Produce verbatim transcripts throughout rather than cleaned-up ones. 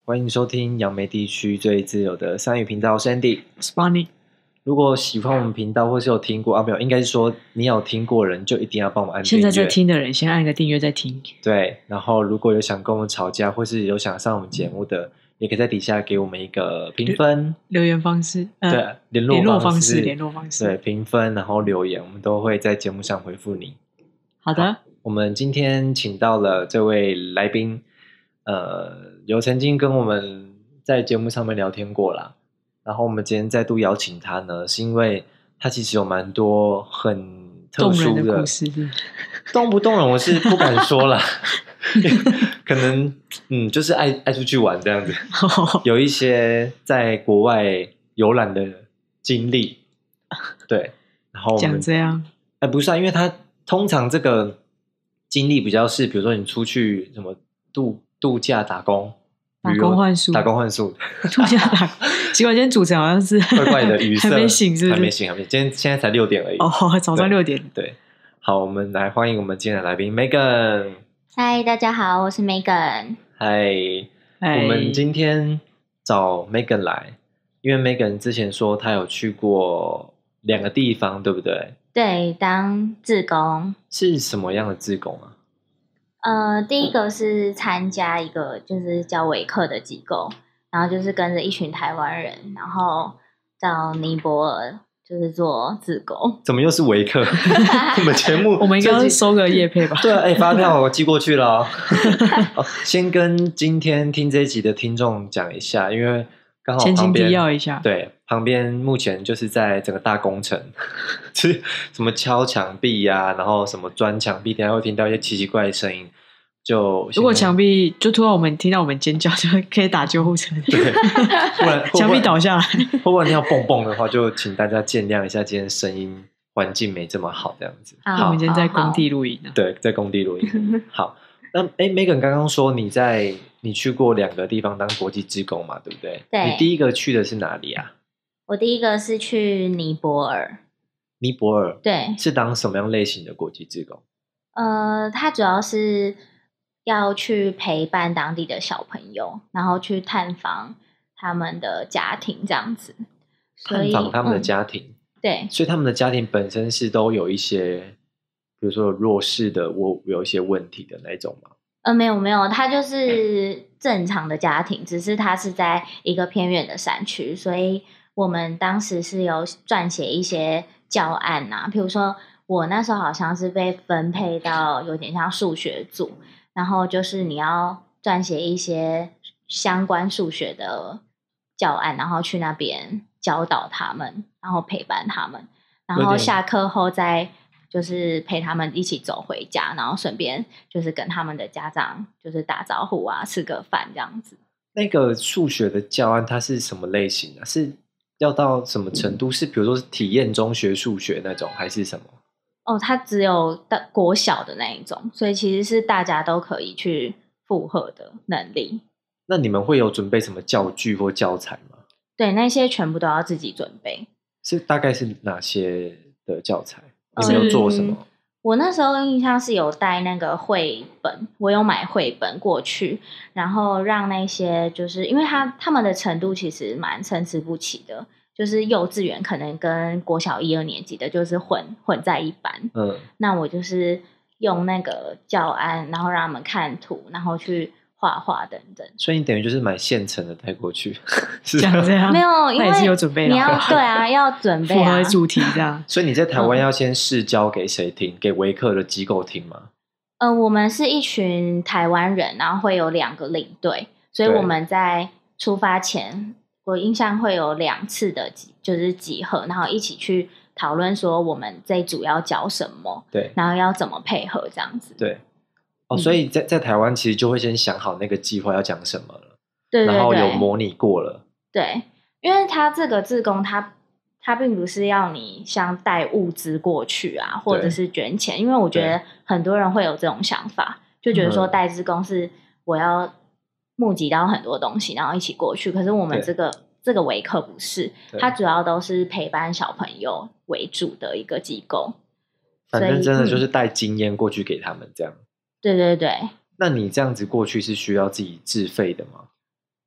欢迎收听杨梅地区最自由的三语频道 Sandy， 我是 Bonnie。 如果喜欢我们频道或是有听过啊，没有，应该是说你有听过人就一定要帮我们按订阅。 现在在听的人先按个订阅再听。 对，然后如果有想跟我们吵架或是有想上我们节目的，也可以在底下给我们一个评分、 留言方式，呃、 对，联络联络方方式，联络方式， 对，评分然后留言，我们都会在节目上回复你。 好的，好， 我们今天请到了这位来宾，呃，有曾经跟我们在节目上面聊天过啦。然后我们今天再度邀请他呢，是因为他其实有蛮多很特殊 的, 动人的故事， 动不动人我是不敢说啦可能嗯，就是爱爱出去玩这样子，有一些在国外游览的经历，对，然后我们讲这样， 哎，不是啊，因为他通常这个经历比较是，比如说你出去什么度度假打工。 打工换宿， 打工换宿， 度假打工。结果今天主持人好像是怪怪的语塞， 还没醒，是不是？ 还没醒，还没醒。今天现在才六点而已。 哦，早上六点。 对，好，我们来欢迎我们今天的来宾 Megan。 嗨，大家好，我是 Megan。 嗨，我们今天找 Megan 来，因为 Megan 之前说她有去过两个地方，对不对？ 对，当志工。 是什么样的志工啊？ 呃，第一个是参加一个就是叫维克的机构，然后就是跟着一群台湾人，然后到尼泊尔就是做志工。 怎么又是维克？我们节目我们应该要收个业配吧？ 对啊，哎、欸，发票我寄过去了、哦。先跟今天听这一集的听众讲一下，因为刚好旁边前情提要一下， 对，旁边目前就是在整个大工程，是什么敲墙壁呀、啊，然后什么钻墙壁，等一下会听到一些奇奇怪的声音。就如果墙壁就突然我们听到我们尖叫，就可以打救护车。 对，不然墙壁倒下来， 会不会你要蹦蹦的话，就请大家见谅一下，今天声音环境没这么好，这样子。 好， 我们今天在工地录音、啊、 对，在工地录音。好，那哎 ，Megan 刚刚说你在你去过两个地方当国际志工嘛，对不对？ 对。 你第一个去的是哪里啊？ 我第一个是去尼泊尔。 尼泊尔， 对， 是当什么样类型的国际志工？ 呃，它主要是要去陪伴当地的小朋友，然后去探访他们的家庭，这样子。 探访他们的家庭、嗯， 对， 所以他们的家庭本身是都有一些，比如说弱势的，我有一些问题的那种吗？ 呃，没有没有，他就是正常的家庭，只是他是在一个偏远的山区，所以我们当时是有撰写一些教案啊，比如说我那时候好像是被分配到有点像数学组。然后就是你要撰写一些相关数学的教案，然后去那边教导他们，然后陪伴他们，然后下课后再就是陪他们一起走回家，然后顺便就是跟他们的家长就是打招呼啊，吃个饭这样子。 那个数学的教案它是什么类型的？是要到什么程度？是比如说是体验中学数学那种，还是什么？ 哦，它只有国小的那一种，所以其实是大家都可以去负荷的能力。 那你们会有准备什么教具或教材吗？ 对，那些全部都要自己准备。 是大概是哪些的教材？你们有做什么？ 嗯，我那时候印象是有带那个绘本，我有买绘本过去，然后让那些就是因为他他们的程度其实蛮参差不齐的。就是幼稚园可能跟国小一二年级的就是混混在一班，嗯，那我就是用那个教案，然后让他们看图，然后去画画等等。 所以你等于就是买现成的带过去，是这样这样没有，因为也是有准备的， 你要对啊，要准备、啊、 符合主题这样。 所以你在台湾要先试教给谁听？嗯、给维克的机构听吗？ 呃，我们是一群台湾人，然后会有两个领队，所以我们在出发前。我印象会有两次的就是集合，然后一起去讨论说我们这一组要教什么， 对， 然后要怎么配合这样子。 对，哦，所以在在台湾其实就会先想好那个计划要讲什么了， 对, 对, 对， 然后有模拟过了。 对，因为他这个志工他他并不是要你像带物资过去啊，或者是捐钱，因为我觉得很多人会有这种想法，就觉得说带志工是我要募集到很多东西，然后一起过去。可是我们这个这个维克不是，它主要都是陪伴小朋友为主的一个机构。 反正真的就是带经验过去给他们这样。 对对对。 那你这样子过去是需要自己自费的吗？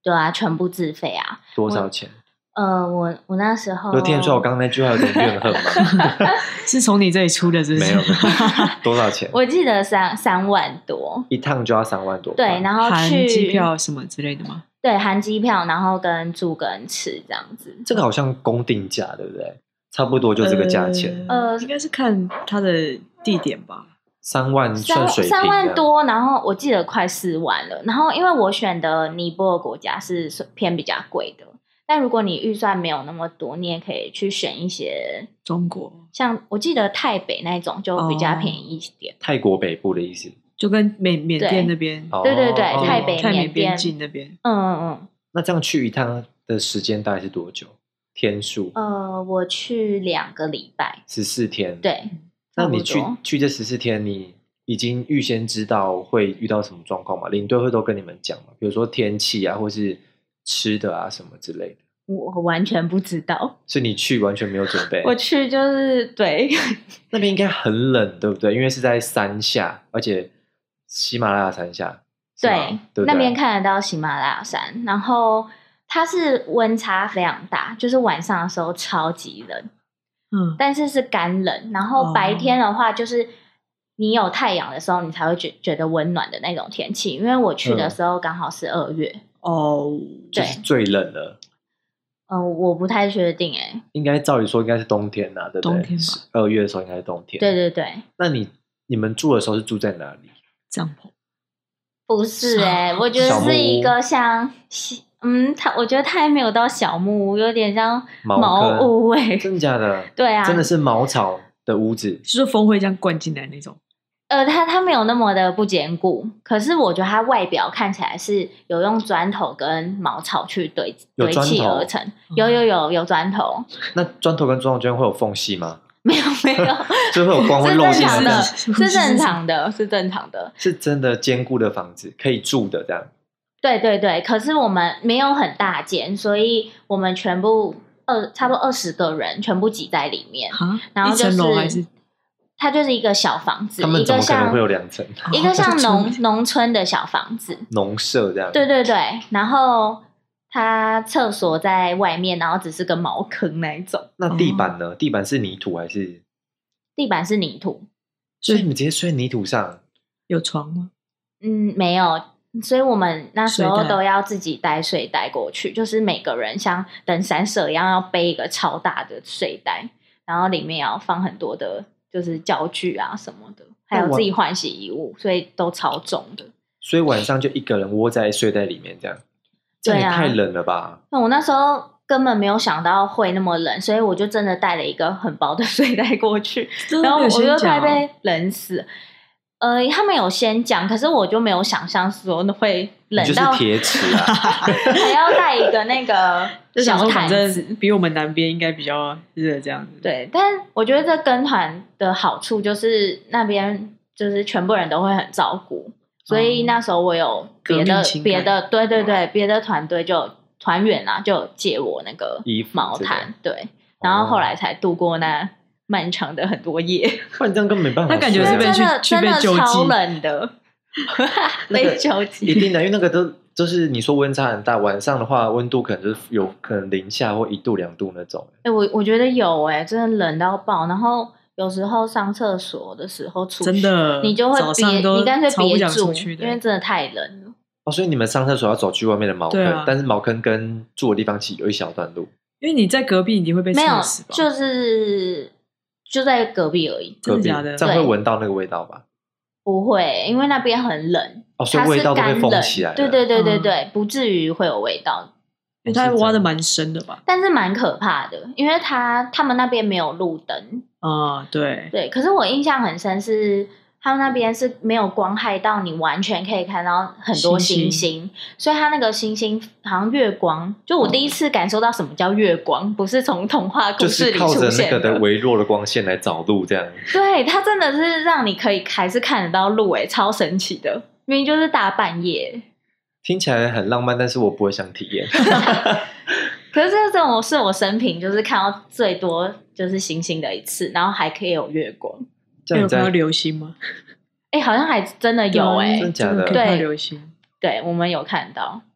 对啊，全部自费啊。 多少钱？ 呃，我我那时候有听得出来我刚刚那句话有点怨恨吗？ 是从你这里出的，是不是？ 没有，没有多少钱？ 我记得三三万多， 一趟就要三万多块。 对，然后含去机票什么之类的吗？ 对，含机票，然后跟住跟吃这样子。 这个好像公定价，对不对？差不多就这个价钱。 呃，应该是看它的地点吧。 三万算水平三万多，然后我记得快四万了。然后因为我选的尼泊尔国家是偏比较贵的，但如果你预算没有那么多，你也可以去选一些中国， 像我记得台北那种就比较便宜一点。 哦、泰国北部的意思， 就跟缅缅甸那边， 对对对， 哦、 台北、 泰缅边境那边。 嗯嗯嗯。 那这样去一趟的时间大概是多久？天数？ 呃，我去两个礼拜， 十四天。 对。 那你去去这十四天，你已经预先知道会遇到什么状况吗？领队会都跟你们讲吗？比如说天气啊，或是吃的啊什么之类的。 我完全不知道， 所以你去完全没有准备。 我去就是对， 那边应该很冷，对不对？因为是在山下，而且喜马拉雅山下， 对， 对对那边看得到喜马拉雅山，然后它是温差非常大，就是晚上的时候超级冷， 嗯， 但是是干冷，然后白天的话就是你有太阳的时候，你才会觉觉得温暖的那种天气。因为我去的时候刚好是二月， 哦、 嗯，就是最冷了。 嗯、呃，我不太确定哎、欸， 应该照理说应该是冬天呐、啊，对不对？ 冬天吧， 二月的时候应该是冬天。 对对对。 那你你们住的时候是住在哪里？ 帐篷？ 不是哎、欸，我觉得是一个像，嗯，它我觉得它还没有到小木屋，有点像茅屋哎、欸， 真的假的？ 对啊， 真的是茅草的屋子， 是说风会这样灌进来那种。 呃，它它没有那么的不坚固，可是我觉得它外表看起来是有用砖头跟茅草去堆堆砌而成，有有有有砖头。 那砖头跟砖头之间会有缝隙吗？ 没有没有， 就会有光会漏进来的， 是正常的，是正常的， 是真的坚固的房子，可以住的这样。 对对对，可是我们没有很大间，所以我们全部二差不多二十个人全部挤在里面，然后就是一层楼还是。 它就是一个小房子， 他们怎么可能会有两层？ 一个像农农村的小房子， 农舍这样。 对对对，然后它厕所在外面，然后只是个茅坑那一种。 那地板呢？地板是泥土还是？ 地板是泥土， 所以你们直接睡泥土上？ 有床吗？ 嗯，没有，所以我们那时候都要自己带睡袋过去，就是每个人像登山社一样要背一个超大的睡袋，然后里面要放很多的。就是教具啊什么的，还有自己换洗衣物，所以都超重的。 所以晚上就一个人窝在睡袋里面这样，这也太冷了吧？ 那、啊、我那时候根本没有想到会那么冷，所以我就真的带了一个很薄的睡袋过去，然后我就快被冷死。呃，他们有先讲，可是我就没有想象说会冷到铁齿啊， 还要带一个那个小毯子， 比我们南边应该比较热这样子。 对，但我觉得这跟团的好处就是那边就是全部人都会很照顾，所以那时候我有别的别的，对对对，别的团队就团员啊就借我那个毛毯，对，然后后来才度过那。漫长的很多夜， 不然这样根本没办法。 他感觉是被去去被救济， 超冷的，被救济。 一定的，因为那个都就是你说温差很大，晚上的话温度可能就是有可能零下或一度两度那种。 哎、欸，我我觉得有哎、欸，真的冷到爆。然后有时候上厕所的时候出去， 真的你就会憋，你干脆憋住，因为真的太冷了。 哦，所以你们上厕所要走去外面的茅坑， 啊、 但是茅坑跟住的地方其实有一小段路， 因为你在隔壁，你会被呛死吧？ 没有，就是就在隔壁而已。 隔壁， 真的假的？ 这样会闻到那个味道吧？ 不会，因为那边很冷， 哦，所以味道都会封起来。 对对对对对，嗯、不至于会有味道。 因为它挖的蛮深的吧？ 但是蛮可怕的，因为他他们那边没有路灯啊、嗯，对对。可是我印象很深是。他们那边是没有光害到你，完全可以看到很多星星，星星所以它那个星星好像月光，就我第一次感受到什么叫月光，不是从童话故事里出现的， 就是靠着那个的微弱的光线来找路，这样。 对，它真的是让你可以还是看得到路，诶，超神奇的，明明就是大半夜。 听起来很浪漫，但是我不会想体验。 可是这种是我生平就是看到最多就是星星的一次，然后还可以有月光。 有看到流星吗？ 哎、欸，好像还真的有哎、欸， 真的假的？ 对，流星， 对，我们有看到。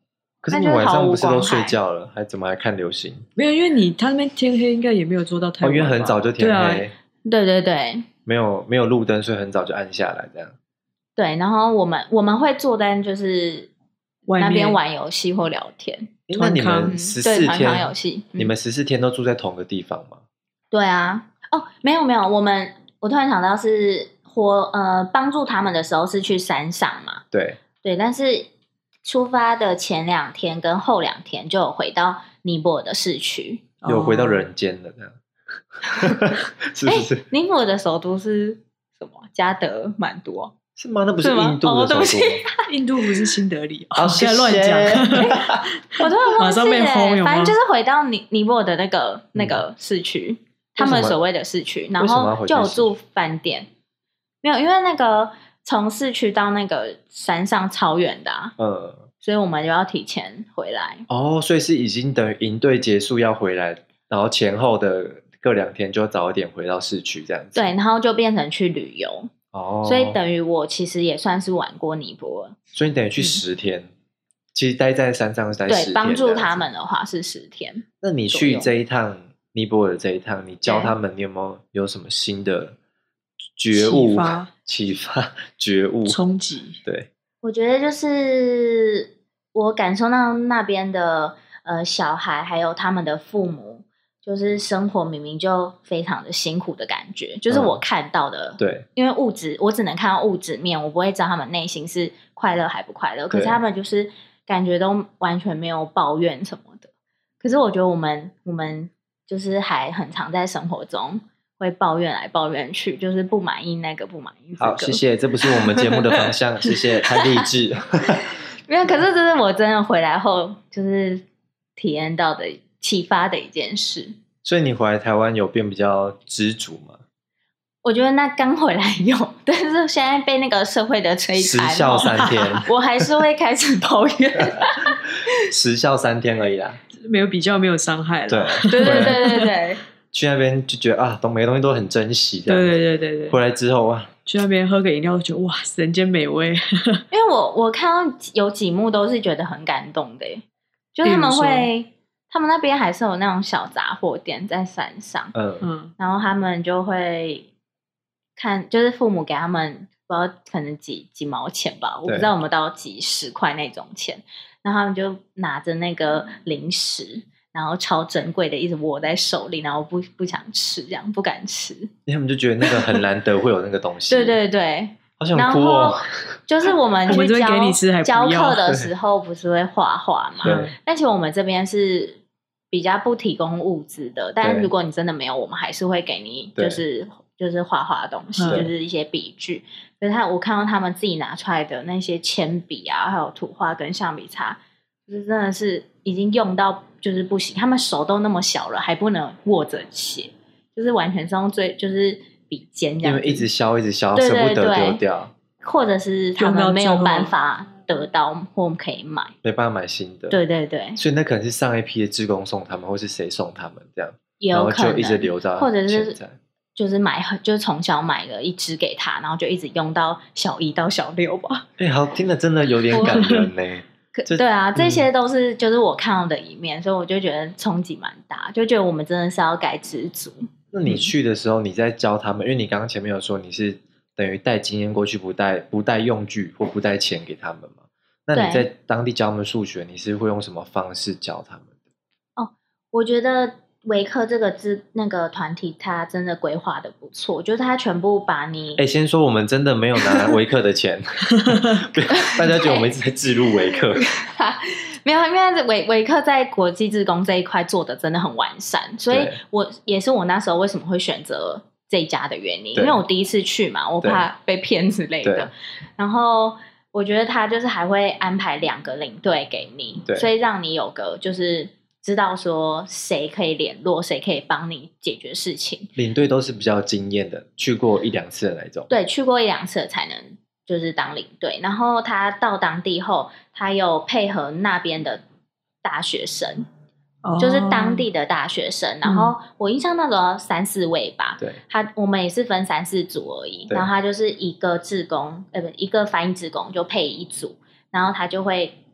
可是你晚上不是都睡觉了，还怎么还看流星？ 没有，因为你他那边天黑应该也没有做到太晚吧、 哦，因为很早就天黑。 对对对， 没有没有路灯，所以很早就暗下来这样。 对，然后我们我们会坐在就是那边玩游戏或聊天。 那你们十四天游戏、 嗯、你们十四天都住在同个地方吗？ 对啊，哦，没有没有，我们我突然想到是活呃帮助他们的时候是去山上嘛。 对对，但是出发的前两天跟后两天就有回到尼泊尔的市区， 有回到人间了这样。是不是？ 欸、尼泊尔的首都是什么？加德满都、哦、 是吗？那不是印度的首都？ 哦、印度不是新德里？ 哦， 不要乱讲。 我突然忘记了、欸，反正就是回到尼尼泊尔的那个、嗯、那个市区，他们所谓的市区，然后就有住饭店。没有，因为那个从市区到那个山上超远的、啊，嗯，所以我们就要提前回来。 哦，所以是已经等于营队结束要回来，然后前后的。各两天就早一点回到市区这样子， 对，然后就变成去旅游哦，所以等于我其实也算是玩过尼泊尔， 所以你等于去十天、嗯，其实待在山上待十天， 对，帮助他们的话是十天。 那你去这一趟尼泊尔这一趟，你教他们，你有没有有什么新的觉悟、启发、启发觉悟、 冲击？ 对， 我觉得就是我感受到那边的呃小孩还有他们的父母。就是生活明明就非常的辛苦的感觉，就是我看到的、 嗯、对， 因为物质我只能看到物质面，我不会知道他们内心是快乐还不快乐，可是他们就是感觉都完全没有抱怨什么的。可是我觉得我们我们就是还很常在生活中会抱怨来抱怨去，就是不满意那个不满意、这个、 好，谢谢，这不是我们节目的方向。谢谢，太励志。 没有，可是这是我真的回来后就是体验到的启发的一件事。 所以你回来台湾有变比较知足吗？ 我觉得那刚回来有，但是现在被那个社会的摧残， 时效三天， 我还是会开始抱怨。 时效三天而已啦， 没有比较，没有伤害了。 对对对对对对， 去那边就觉得啊，都每个东西都很珍惜，这样子。 对对对对对。 回来之后啊， 去那边喝个饮料，觉得哇，人间美味。 因为我我看到有几幕都是觉得很感动的，就他们会。他们那边还是有那种小杂货店在山上，嗯嗯，然后他们就会看，就是父母给他们不知道可能几几毛钱吧，我不知道有没有到几十块那种钱，然后他们就拿着那个零食，然后超珍贵的一直握在手里，然后不不想吃，这样不敢吃， 因为他们就觉得那个很难得会有那个东西， 对对对。 好想哭哦！ 就是我们去教给你吃还教课的时候，不是会画画嘛？但其实我们这边是比较不提供物资的，但如果你真的没有，我们还是会给你，就是就是画画的东西，就是一些笔具。可是他我看到他们自己拿出来的那些铅笔啊，还有图画跟橡皮擦，就是真的是已经用到就是不行，他们手都那么小了，还不能握着写，就是完全是用最就是笔尖这样， 因为一直削一直削，舍不得丢掉， 或者是他们没有办法得到或可以买， 没办法买新的， 对对对， 所以那可能是上一批的志工送他们，或是谁送他们这样， 也有可能， 然后就一直留到， 或者是就是买，就是从小买了一支给他，然后就一直用到小一到小六吧。 哎、欸，好听的真的有点感人呢。 对啊，这些都是就是我看到的一面，嗯、所以我就觉得冲击蛮大，就觉得我们真的是要该知足。 那你去的时候，你在教他们，因为你刚刚前面有说你是等于带经验过去，不带不带用具或不带钱给他们嘛？那你在当地教他们数学，你是会用什么方式教他们的？ 哦，我觉得维克这个字那个团体，他真的规划的不错，就是他全部把你…… 哎、欸，先说我们真的没有拿维克的钱，大家觉得我们一直在置入维克。 没有，因为维维克在国际志工这一块做的真的很完善，所以我也是我那时候为什么会选择这一家的原因，因为我第一次去嘛，我怕被骗之类的。然后我觉得他就是还会安排两个领队给你，所以让你有个就是知道说谁可以联络，谁可以帮你解决事情。 领队都是比较经验的，去过一两次的那种。 对，去过一两次才能就是当领队。然后他到当地后，他有配合那边的大学生，哦、就是当地的大学生。然后我印象那个三四位吧， 对， 他我们也是分三四组而已。然后他就是一个志工，呃，不，一个翻译志工就配一组，然后他就会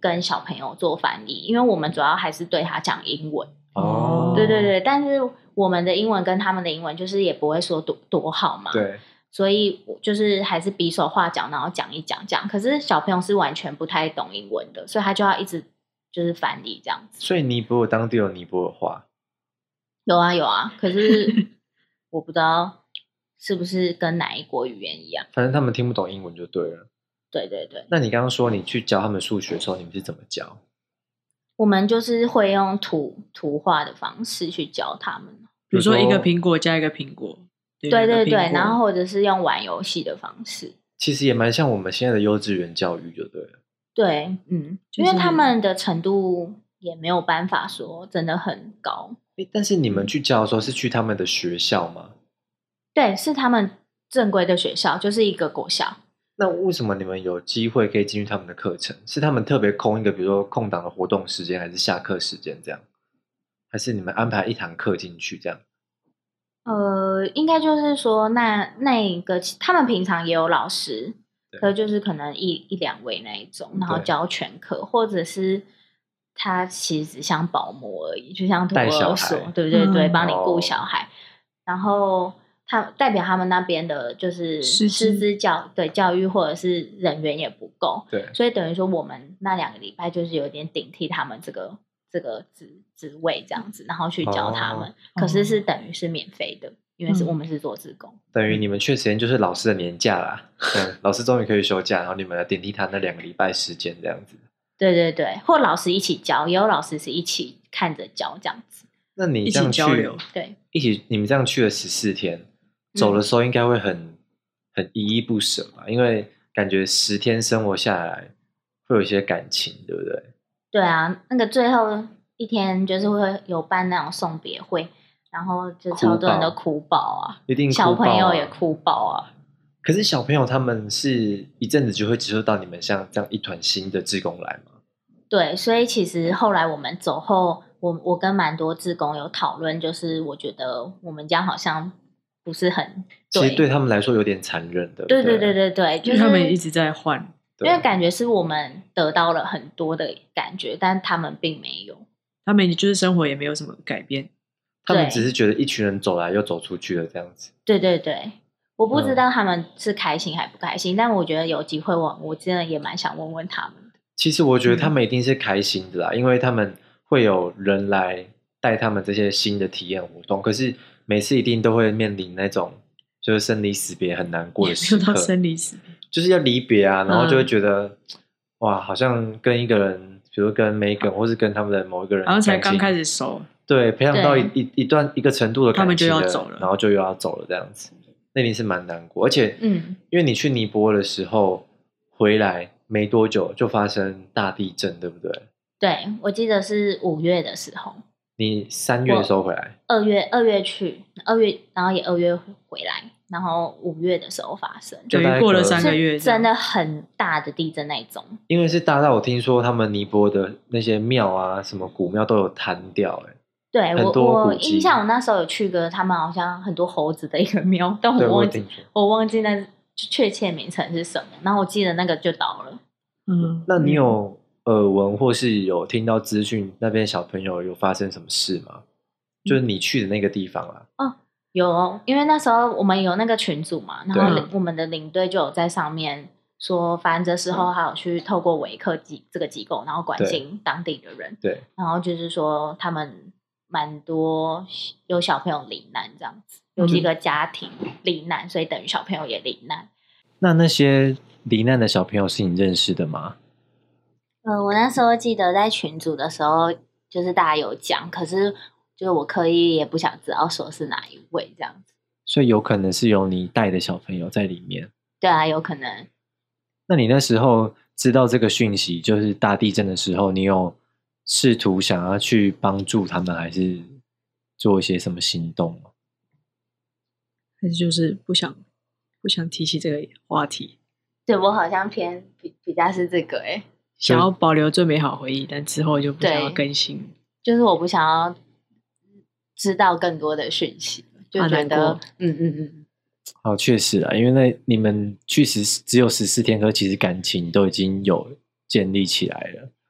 跟小朋友做翻译，因为我们主要还是对他讲英文。 哦， 对对对，但是我们的英文跟他们的英文就是也不会说多多好嘛。 对， 所以就是还是比手画脚，然后讲一讲这样。可是小朋友是完全不太懂英文的，所以他就要一直就是翻译这样子。 所以尼泊尔当地有尼泊尔话？ 有啊有啊，可是我不知道是不是跟哪一国语言一样。 反正他们听不懂英文就对了。 对对对。 那你刚刚说你去教他们数学的时候，你们是怎么教？ 我们就是会用图图画的方式去教他们， 比如说一个苹果加一个苹果。 对对对，然后或者是用玩游戏的方式， 其实也蛮像我们现在的幼稚园教育就对了。 对，嗯，就是、因为他们的程度也没有办法说真的很高。 但是你们去教的时候是去他们的学校吗？ 对，是他们正规的学校，就是一个国校。 那为什么你们有机会可以进去他们的课程？是他们特别空一个比如说空档的活动时间，还是下课时间这样？还是你们安排一堂课进去这样？ 呃，应该就是说那那个他们平常也有老师，可就是可能一一两位那一种，然后教全课，或者是他其实只像保姆而已，就像托儿所，对不对对，帮、嗯、你顾小孩，然后他代表他们那边的就是师资教对教育或者是人员也不够， 对， 所以等于说我们那两个礼拜就是有点顶替他们这个这个职职位这样子，然后去教他们，哦、可是是等于是免费的。因为是我们是做志工、嗯， 等于你们去的时间就是老师的年假啦。嗯，老师终于可以休假，然后你们来顶替他那两个礼拜时间这样子。 对对对，或老师一起教，也有老师是一起看着教这样子。 那你这样去一起交流， 对， 一起你们这样去了十四天，走的时候应该会很、嗯、很依依不舍吧？因为感觉十天生活下来会有一些感情，对不对？ 对啊，那个最后一天就是会有办那种送别会。然后就超多人都哭爆啊， 一定哭爆啊，小朋友也哭爆啊。 可是小朋友他们是一阵子就会接受到你们像这样一团新的志工来吗？ 对，所以其实后来我们走后，我我跟蛮多志工有讨论，就是我觉得我们家好像不是很对， 其实对他们来说有点残忍的。 对对对对对，就是他们一直在换， 因为感觉是我们得到了很多的感觉，但他们并没有， 他们就是生活也没有什么改变。 他们只是觉得一群人走来又走出去了这样子。 对对对，我不知道他们是开心还不开心、嗯、但我觉得有机会我我真的也蛮想问问他们的。 其实我觉得他们一定是开心的啦、嗯、因为他们会有人来带他们这些新的体验活动，可是每次一定都会面临那种就是生离死别很难过的时刻。 生离死别就是要离别啊，然后就会觉得、嗯、哇好像跟一个人比如跟 Megan 或是跟他们的某一个人然后才刚开始熟， 对，培养到 一, 一, 一段一个程度的感情， 他们就要走了， 然后就又要走了，这样子，那一定是蛮难过。而且，嗯，因为你去尼泊尔的时候回来没多久就发生大地震，对不对？ 对，我记得是五月的时候。 你三月的时候回来？ 二月二月去，二月然后也二月回来，然后五月的时候发生， 就过了三个月， 真的很大的地震那一种。 因为是大到我听说他们尼泊尔的那些庙啊，什么古庙都有坍掉、欸， 对， 很多我我印象我那时候有去过他们好像很多猴子的一个庙，但我忘记 我, 我忘记那确切名称是什么。然后我记得那个就倒了。 嗯，那你有耳闻或是有听到资讯那边小朋友有发生什么事吗？就是你去的那个地方啊。 哦，有，因为那时候我们有那个群组嘛，然后我们的领队就有在上面说，反正这时候还有去透过维克机这个机构，然后关心当地的人。 对， 然后就是说他们蛮多有小朋友罹难这样子，有几个家庭罹难，所以等于小朋友也罹难。 那那些罹难的小朋友是你认识的吗？ 呃，我那时候记得在群组的时候，就是大家有讲，可是就是我刻意也不想知道说是哪一位这样子。 所以有可能是有你带的小朋友在里面。 对啊，有可能。 那你那时候知道这个讯息，就是大地震的时候，你有试图想要去帮助他们，还是做一些什么行动吗？ 还是就是不想不想提起这个话题？ 对，我好像偏比比较是这个哎、欸， 想要保留最美好回忆，但之后就不想要更新。 就是我不想要知道更多的讯息，就觉得嗯嗯嗯。 好，确实啊，因为那你们去十只有十四天，可其实感情都已经有建立起来了。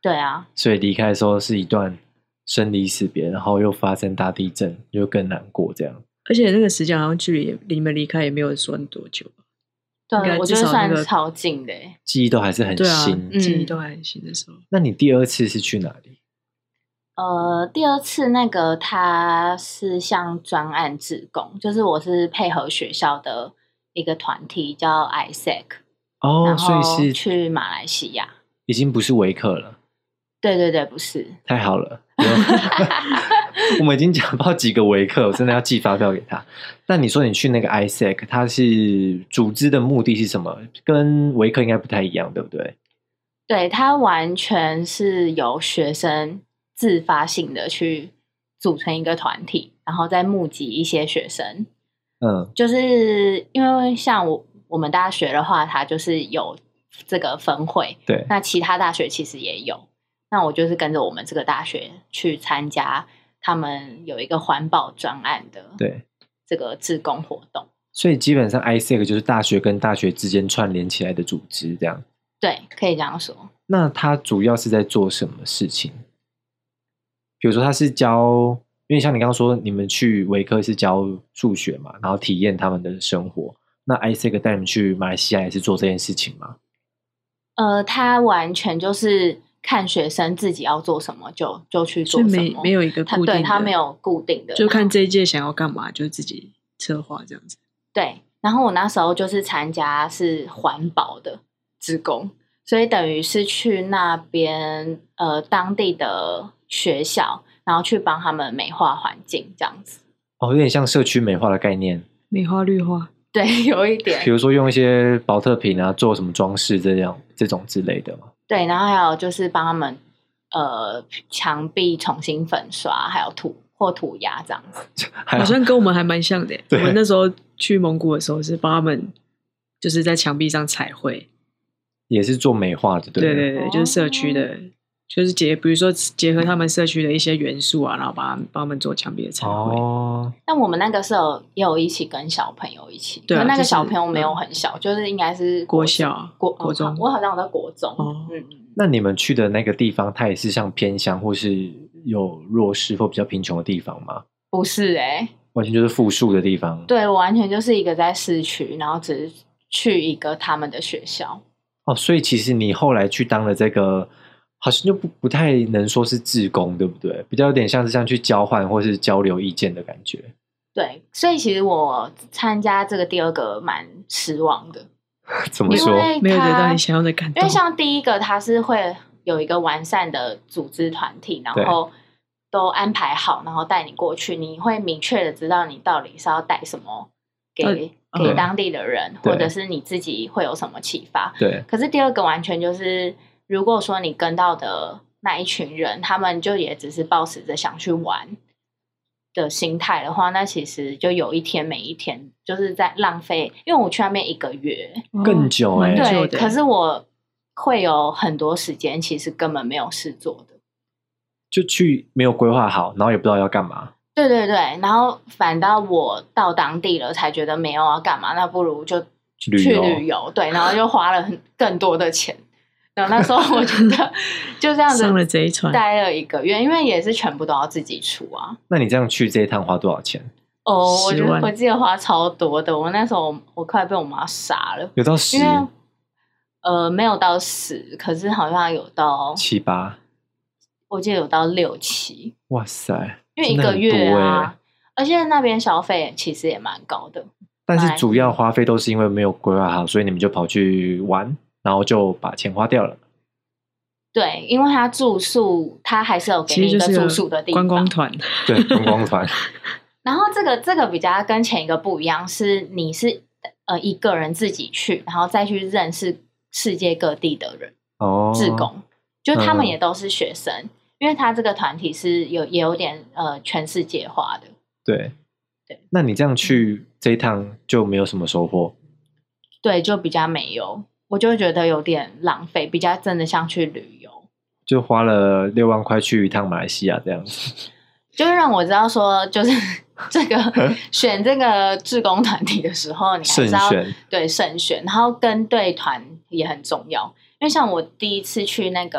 对啊， 所以离开的时候是一段生离死别，然后又发生大地震，又更难过这样。 而且那个时间好像距离离你们离开也没有说多久，应对， 该我觉得至少那个算超近的耶。 记忆都还是很对啊新。， 嗯记忆都还很新的时候。 那你第二次是去哪里？ 呃，第二次那个他是像专案志工，就是我是配合学校的一个团体叫 I S E C，、 哦， 然后所以是去马来西亚。 已经不是维克了， 对对对，不是。 太好了。不用我们已经讲到几个维克，我真的要寄发票给他。那你说你去那个 I S E C， 它是组织的目的是什么？跟维克应该不太一样，对不对？ 对，它完全是由学生自发性的去组成一个团体，然后再募集一些学生。 嗯， 就是因为像我我们大学的话，它就是有这个分会， 对， 那其他大学其实也有。那我就是跟着我们这个大学去参加他们有一个环保专案的对， 这个志工活动。 所以基本上 I S E C 就是大学跟大学之间串联起来的组织，这样。 对，可以这样说。 那它主要是在做什么事情？比如说，它是教，因为像你刚刚说，你们去维科是教数学嘛，然后体验他们的生活。那 I S E C 带你们去马来西亚也是做这件事情吗？ 呃，他完全就是看学生自己要做什么就就去做所以什么， 没没有一个他固定的， 对他没有固定的， 就看这一届想要干嘛，就自己策划这样子。 对。然后我那时候就是参加是环保的志工，所以等于是去那边呃当地的学校，然后去帮他们美化环境这样子。 哦，有点像社区美化的概念， 美化绿化， 对，有一点比。如说用一些保特瓶啊，做什么装饰这样这种之类的嘛。 对，然后还有就是帮他们呃墙壁重新粉刷，还有涂或涂鸦这样子。 还好像跟我们还蛮像的耶。我对们那时候去蒙古的时候是帮他们，就是在墙壁上彩绘。 也是做美化的，对了对对对，就是社区的，就是结，比如说结合他们社区的一些元素啊，然后帮他们帮他们做墙壁的彩绘。 哦， 但我们那个时候也有一起跟小朋友一起， 对啊可那个就是小朋友没有很小，就是应该是国中小国国中我好像有在国中。 哦嗯嗯， 那你们去的那个地方，它也是像偏乡或是有弱势或比较贫穷的地方吗？ 不是哎、欸， 完全就是富庶的地方。 对，我完全就是一个在市区，然后只是去一个他们的学校。 哦，所以其实你后来去当了这个，好像就不不太能说是志工，对不对？比较有点像是像去交换或是交流意见的感觉。 对，所以其实我参加这个第二个蛮失望的，因怎么说？ 为它没有得到你想要的感动。 因为像第一个，它是会有一个完善的组织团体，然后都安排好，然后带你过去，你会明确的知道你到底是要带什么给、 呃给当地的人， 对或者是你自己会有什么启发。 对， 可是第二个完全就是，如果说你跟到的那一群人，他们就也只是抱持着想去玩的心态的话，那其实就有一天每一天就是在浪费，因为我去那边一个月， 哦更久欸对， 蛮久的。 可是我会有很多时间，其实根本没有事做的。 就去没有规划好，然后也不知道要干嘛。 对对对，然后反倒我到当地了，才觉得没有要干嘛，那不如就旅去游旅游，对，然后又花了很更多的钱。然后那时候我觉得就这样子上了这一船， 待了一个月，因为也是全部都要自己出啊。 那你这样去这一趟花多少钱？ 哦，我觉十万得我记得花超多的，我那时候我我快被我妈杀了， 有到十因为呃没有到十，可是好像有到， 七八？ 我记得有到六七， 哇塞！ 因为一真的很个月多欸啊，而且那边消费其实也蛮高的。 但是主要花费都是因为没有规划好，所以你们就跑去玩，然后就把钱花掉了。 对，因为他住宿，他还是有给你一个其实就是住宿的地方。 观光团。 对，观光团。 然后这个这个比较跟前一个不一样，是你是呃一个人自己去，然后再去认识世界各地的人， 哦， 志工，就他们嗯也都是学生，因为他这个团体是有也有点呃全世界化的。 对对， 那你这样去这一趟就没有什么收获？ 对，就比较没有，我就会觉得有点浪费，比较真的像去旅游。 就花了六万块去一趟马来西亚这样子。 就是让我知道说，就是这个选这个志工团体的时候，你还是要慎选对慎选，然后跟对团也很重要。因为像我第一次去那个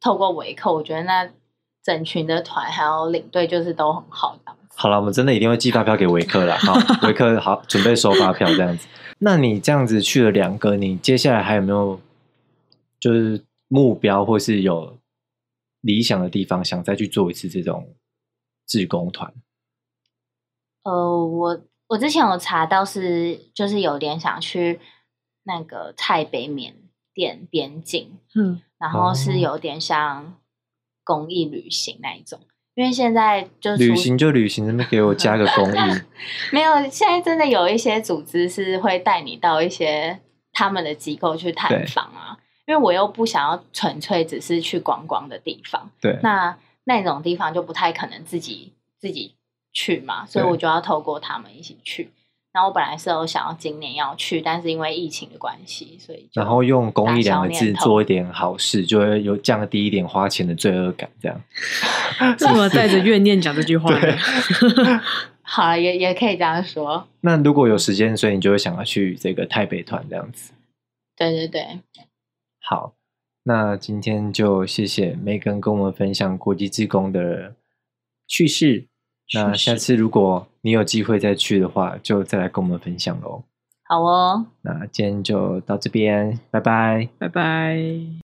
透过微课，我觉得那整群的团还有领队就是都很好这样子。 好了，我们真的一定会寄发票给维克啦。好，维克好，准备收发票这样子。那你这样子去了两个，你接下来还有没有就是目标或是有理想的地方，想再去做一次这种志工团？ 呃，我我之前有查到是，就是有点想去那个泰北缅甸边境， 嗯， 然后是有点像公益旅行那一种。因为现在就旅行就旅行，那边给我加个公益。 没有，现在真的有一些组织是会带你到一些他们的机构去探访啊。因为我又不想要纯粹只是去观光的地方， 对， 那那种地方就不太可能自己自己去嘛，所以我就要透过他们一起去。然后我本来是有想要今年要去，但是因为疫情的关系，所以然后用公益两个字做一点好事，就会有降低一点花钱的罪恶感，这样。 为什么带着怨念讲这句话呢？ 好了，也也可以这样说。 那如果有时间，所以你就会想要去这个台北团这样子。 对对对。 好，那今天就谢谢 Megan 跟我们分享国际志工的趣事。那下次如果你有机会再去的话，就再来跟我们分享咯。 好哦， 那今天就到这边，拜拜， 拜拜。